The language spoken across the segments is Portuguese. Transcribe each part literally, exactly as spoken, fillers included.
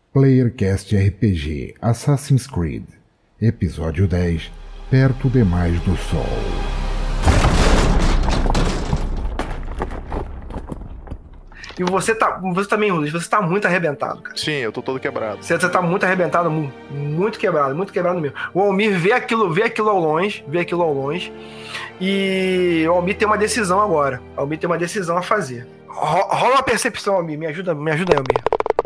Playercast R P G Assassin's Creed, Episódio dez, Perto demais do Sol. E você tá, você também, Luiz, você tá muito arrebentado, cara. Sim, eu tô todo quebrado. Você, você tá muito arrebentado, muito quebrado, muito quebrado mesmo. O Almir vê aquilo, vê aquilo ao longe, vê aquilo ao longe, e o Almir tem uma decisão agora. O Almir tem uma decisão a fazer. Ro- rola uma percepção, Almir, me ajuda, me ajuda aí, Almir.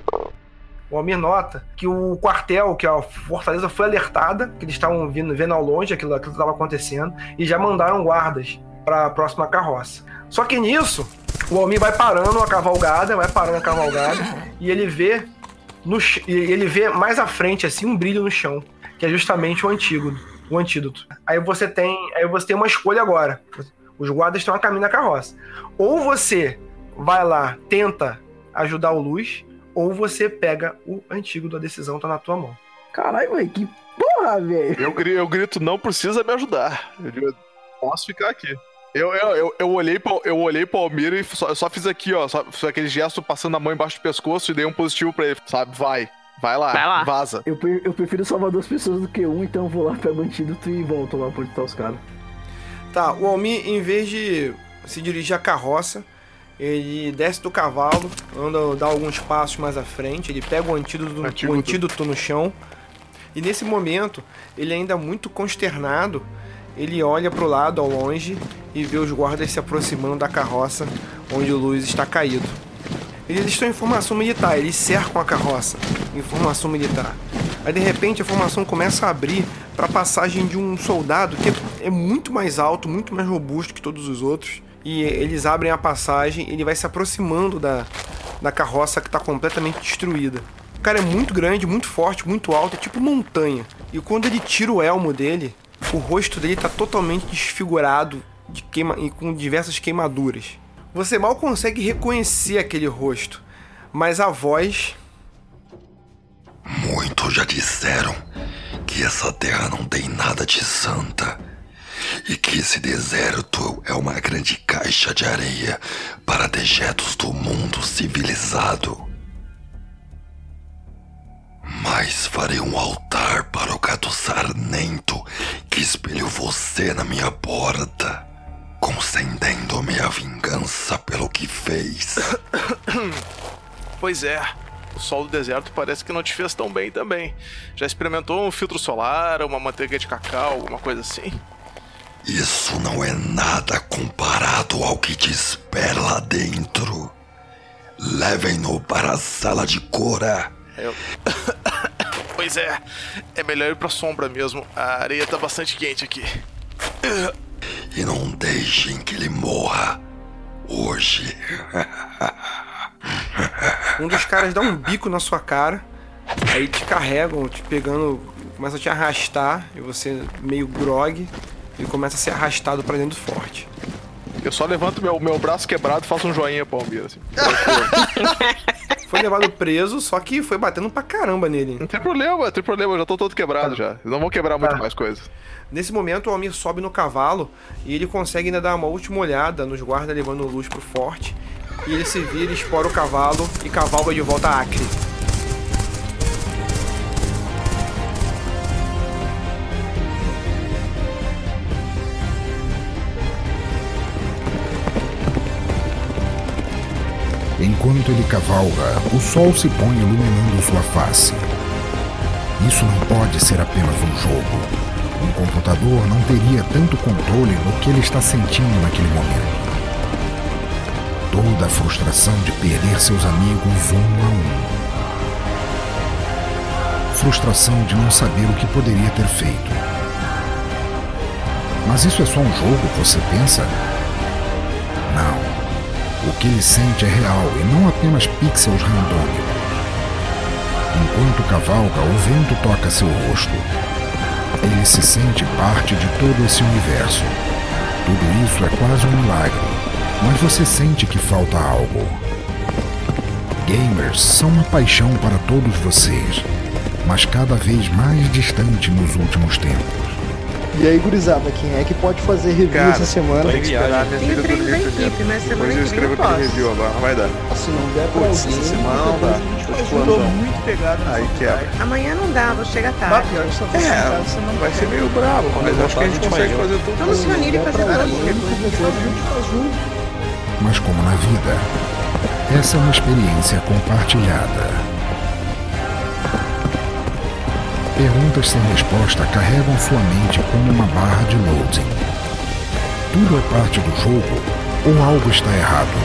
O Almir nota que o quartel, que a fortaleza foi alertada, que eles estavam vindo, vendo ao longe aquilo que estava acontecendo, e já mandaram guardas para a próxima carroça. Só que nisso, o Almir vai parando a cavalgada, vai parando a cavalgada, e ele vê, no, ele vê mais à frente assim um brilho no chão, que é justamente o antídoto. O antídoto. Aí você tem, aí você tem uma escolha agora. Os guardas estão a caminho da carroça. Ou você vai lá, tenta ajudar o Luz, ou você pega o antídoto, a decisão tá na tua mão. Caralho, velho, que porra, velho. Eu, eu grito, não precisa me ajudar. Eu digo, posso ficar aqui. Eu, eu, eu, eu olhei pro, eu olhei pro Almir e só, eu só fiz aqui, ó, só, só aquele gesto passando a mão embaixo do pescoço e dei um positivo pra ele, sabe? Vai, vai lá, vai lá. Vaza. Eu, eu prefiro salvar duas pessoas do que um, então eu vou lá, pego o antídoto e volto lá pra onde tá os caras. Tá, o Almir, em vez de se dirigir à carroça, ele desce do cavalo, anda, dá alguns passos mais à frente, ele pega o antídoto, antídoto. o antídoto no chão, e nesse momento, ele ainda muito consternado, ele olha pro lado ao longe e vê os guardas se aproximando da carroça onde o Luz está caído. Eles estão em formação militar, eles cercam a carroça em formação militar. Aí de repente a formação começa a abrir para a passagem de um soldado que é muito mais alto, muito mais robusto que todos os outros. E eles abrem a passagem, ele vai se aproximando da, da carroça que está completamente destruída. O cara é muito grande, muito forte, muito alto, é tipo montanha. E quando ele tira o elmo dele, o rosto dele está totalmente desfigurado de queima, e com diversas queimaduras. Você mal consegue reconhecer aquele rosto, mas a voz... Muitos já disseram que essa terra não tem nada de santa e que esse deserto é uma grande caixa de areia para dejetos do mundo civilizado. Mas farei um altar para o gato sarnento que espelhou você na minha porta, concedendo minha vingança pelo que fez. Pois é, o sol do deserto parece que não te fez tão bem também. Já experimentou um filtro solar, uma manteiga de cacau, alguma coisa assim? Isso não é nada comparado ao que te espera lá dentro. Levem-no para a sala de cura. Eu... Pois é, é melhor ir pra sombra mesmo. A areia tá bastante quente aqui. E não deixem que ele morra hoje. Um dos caras dá um bico na sua cara, aí te carregam, te pegando, começa a te arrastar, e você meio grogue, e começa a ser arrastado pra dentro do forte. Eu só levanto meu, meu braço quebrado e faço um joinha pro Almir, assim. Foi levado preso, só que foi batendo pra caramba nele. Não tem problema, não tem problema, eu já tô todo quebrado tá. já. Eles não vão quebrar muito tá. mais coisas. Nesse momento, o Almir sobe no cavalo e ele consegue ainda dar uma última olhada nos guardas levando luz pro forte. E ele se vira, espora o cavalo e cavalga de volta a Acre. Enquanto ele cavalga, o sol se põe iluminando sua face. Isso não pode ser apenas um jogo. Um computador não teria tanto controle no que ele está sentindo naquele momento. Toda a frustração de perder seus amigos um a um. Frustração de não saber o que poderia ter feito. Mas isso é só um jogo, você pensa? Não. O que ele sente é real e não apenas pixels randômicos. Enquanto cavalga, o vento toca seu rosto. Ele se sente parte de todo esse universo. Tudo isso é quase um milagre, mas você sente que falta algo. Gamers são uma paixão para todos vocês, mas cada vez mais distante nos últimos tempos. E aí, gurizada, quem é que pode fazer review Cara, essa semana? Tem que esperar minha filha dormir primeiro. Equipe, mas semana Depois eu que vem eu escrevo aquele posso. review agora, não vai dar. Se não der pra Putz, alguém, essa semana não dá. depois a gente explosão. muito pegado nessa Aí quebra. Amanhã não dá, vou chegar tarde. Pior que só você É, em casa, você não vai ser meio bravo, mas acho que a gente consegue fazer tudo. Vamos se unir e fazer Cara, barulho. qualquer coisa a gente faz junto, faz junto. Mas como na vida, essa é uma experiência compartilhada. Perguntas sem resposta carregam sua mente como uma barra de loading. Tudo é parte do jogo ou algo está errado?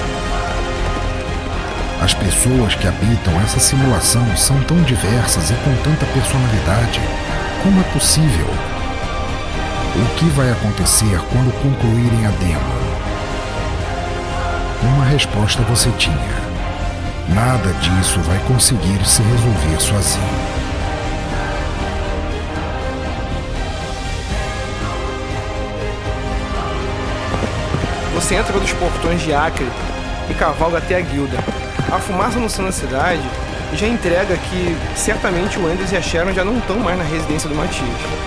As pessoas que habitam essa simulação são tão diversas e com tanta personalidade. Como é possível? O que vai acontecer quando concluírem a demo? Uma resposta você tinha. Nada disso vai conseguir se resolver sozinho. Você entra pelos portões de Acre e cavalga até a guilda. A fumaça no céu da cidade já entrega que certamente o Anders e a Sharon já não estão mais na residência do Matias.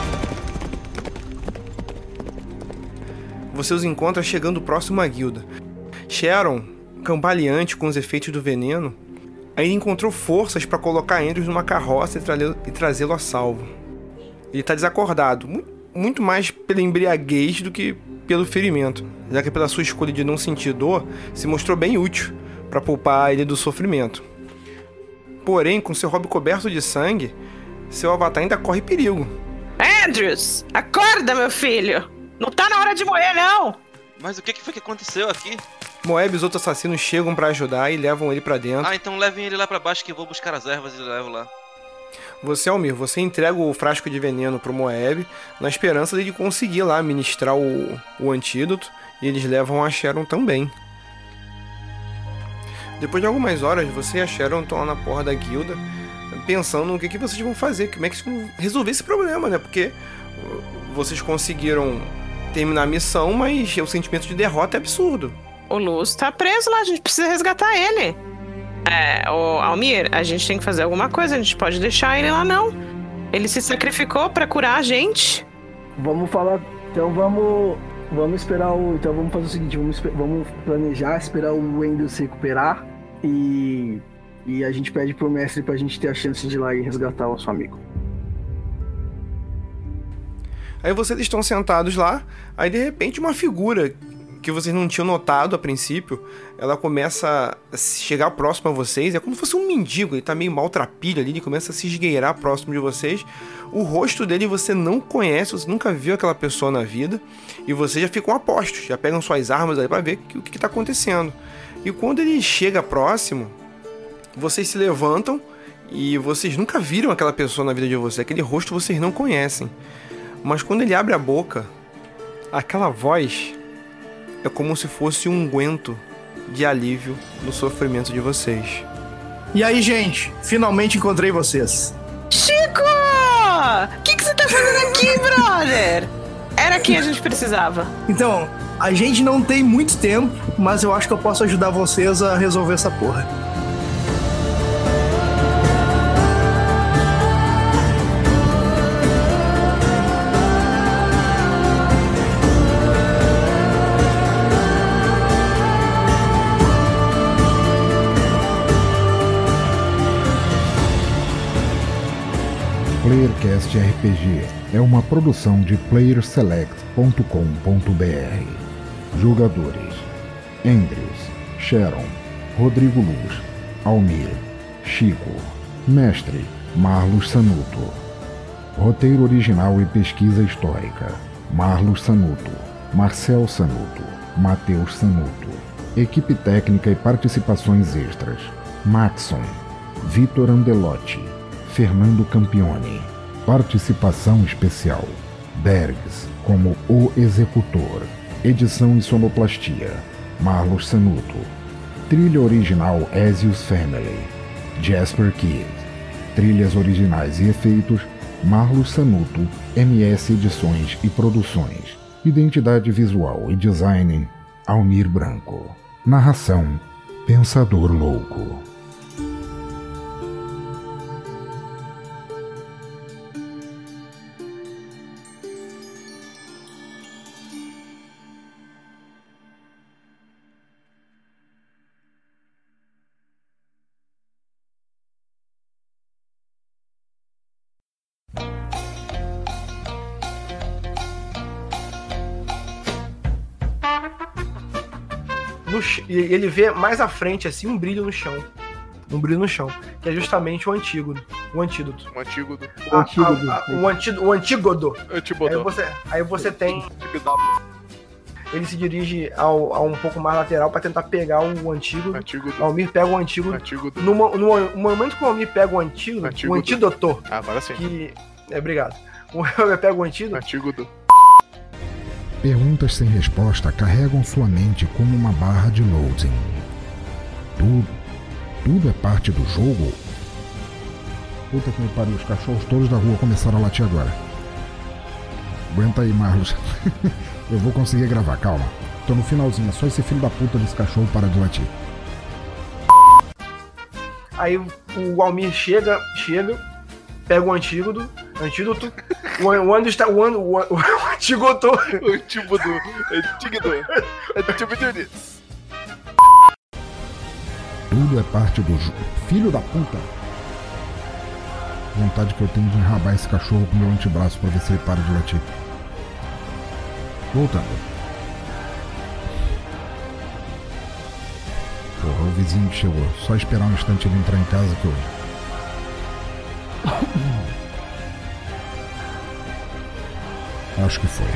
Você os encontra chegando próximo à guilda. Sharon, cambaleante com os efeitos do veneno, ainda encontrou forças para colocar Andrews numa carroça e, tra e trazê-lo a salvo. Ele está desacordado, mu muito mais pela embriaguez do que pelo ferimento, já que pela sua escolha de não sentir dor, se mostrou bem útil para poupar ele do sofrimento. Porém, com seu hobby coberto de sangue, seu avatar ainda corre perigo. Andrews, acorda, meu filho! Não tá na hora de morrer, não! Mas o que foi que aconteceu aqui? Moeb e os outros assassinos chegam para ajudar e levam ele para dentro. Ah, então levem ele lá pra baixo que eu vou buscar as ervas e levo lá. Você, Almir, você entrega o frasco de veneno pro Moeb na esperança de ele conseguir lá ministrar o, o antídoto, e eles levam a Sharon também. Depois de algumas horas, você e a Sharon estão lá na porra da guilda pensando no que, que vocês vão fazer, como é que vocês vão resolver esse problema, né? Porque vocês conseguiram terminar a missão, mas o sentimento de derrota é absurdo. O Luz tá preso lá, a gente precisa resgatar ele. É, o Almir, a gente tem que fazer alguma coisa, a gente pode deixar ele lá não. Ele se sacrificou pra curar a gente. Vamos falar, então vamos, vamos esperar o, então vamos fazer o seguinte, vamos, vamos planejar, esperar o Wendel se recuperar e, e a gente pede pro mestre pra gente ter a chance de ir lá e resgatar o nosso amigo. Aí vocês estão sentados lá, aí de repente uma figura que vocês não tinham notado a princípio, ela começa a chegar próximo a vocês, é como se fosse um mendigo, ele tá meio maltrapilho ali, ele começa a se esgueirar próximo de vocês. O rosto dele você não conhece, você nunca viu aquela pessoa na vida, e vocês já ficam apostos, já pegam suas armas aí pra ver o que, que tá acontecendo. E quando ele chega próximo, vocês se levantam e vocês nunca viram aquela pessoa na vida de vocês, aquele rosto vocês não conhecem. Mas quando ele abre a boca, aquela voz é como se fosse um unguento de alívio no sofrimento de vocês. E aí, gente? Finalmente encontrei vocês. Chico! O que, que você tá fazendo aqui, brother? Era quem a gente precisava. Então, a gente não tem muito tempo, mas eu acho que eu posso ajudar vocês a resolver essa porra. PlayerCast R P G é uma produção de player select ponto com ponto b r. Jogadores: Andrews, Sharon, Rodrigo Luz, Almir, Chico. Mestre: Marlos Sanuto. Roteiro original e pesquisa histórica: Marlos Sanuto, Marcel Sanuto, Matheus Sanuto. Equipe técnica e participações extras: Maxon, Vitor Andelotti, Fernando Campione. Participação especial: Bergs, como o Executor. Edição e sonoplastia: Marlos Sanuto. Trilha original Ezios Family, Jasper Kidd. Trilhas originais e efeitos: Marlos Sanuto, M S Edições e Produções. Identidade visual e design: Almir Branco. Narração: Pensador Louco. no ch- e ele vê mais à frente, assim, um brilho no chão. Um brilho no chão. Que é justamente o antígono. O antídoto. Um antígodo. A- a- a- o, anti- o antígodo. Aí Antígodo. você, aí você tem. Ele se dirige ao, a um pouco mais lateral pra tentar pegar o antígodo. Antígodo. O Almir pega o antígodo. Antígodo. No, mo- no, no momento que o Almir pega o antígodo, Antígodo. o antídoto, Ah, agora sim. que. É, obrigado. O Almir pega o antídoto. Antígodo. Perguntas sem resposta carregam sua mente como uma barra de loading. Tudo, tudo é parte do jogo? Puta que me pariu, os cachorros todos da rua começaram a latir agora. Aguenta aí, Marlos. Eu vou conseguir gravar, calma. Tô no finalzinho, é só esse filho da puta desse cachorro para de latir. Aí o Almir chega, chega, pega o antídoto, antídoto, o, o Andrew está, o, Andrew, o, o, o antídoto, O antígodo. Antígodo. Antígodo. Tudo é parte do jogo. Filho da puta! Vontade que eu tenho de enrabar esse cachorro com meu antebraço pra ver se ele para de latir. Voltando. Porra, o vizinho que chegou. Só esperar um instante ele entrar em casa que eu... Acho que foi.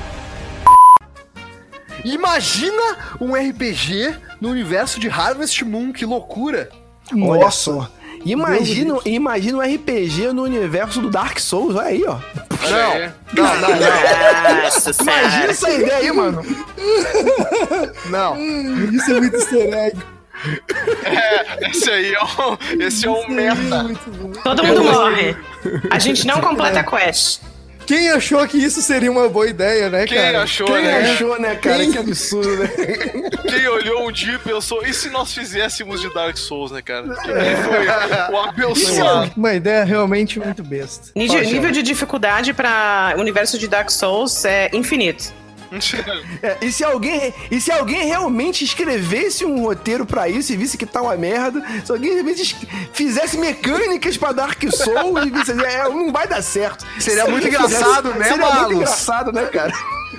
Imagina um R P G no universo de Harvest Moon, que loucura! Olha só. Imagina, imagina um R P G no universo do Dark Souls, olha aí, ó. Não, não, não, não. Nossa Imagina senhora. essa ideia aí, mano. Não. Isso é muito easter egg. É, esse aí é um, esse é um meta. Muito bom. Todo mundo morre. A gente não completa a quest. Quem achou que isso seria uma boa ideia, né, Quem cara? achou, Quem né? achou, né, cara? Quem- Que absurdo, né? Quem olhou um dia e pensou, e se nós fizéssemos de Dark Souls, né, cara? Quem foi o abençoado? Uma ideia realmente muito besta. Nível, Fala, nível de dificuldade para o universo de Dark Souls é infinito. É, e, se alguém, e se alguém realmente escrevesse um roteiro pra isso e visse que tá uma merda, se alguém realmente es- fizesse mecânicas pra Dark Souls e visse, é, não vai dar certo. Seria Se muito alguém fizesse- engraçado, né, Seria Marlos? muito engraçado, né, cara?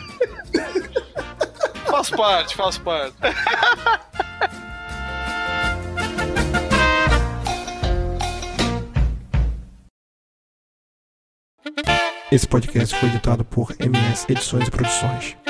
Faz parte, faz parte. Esse podcast foi editado por M S Edições e Produções.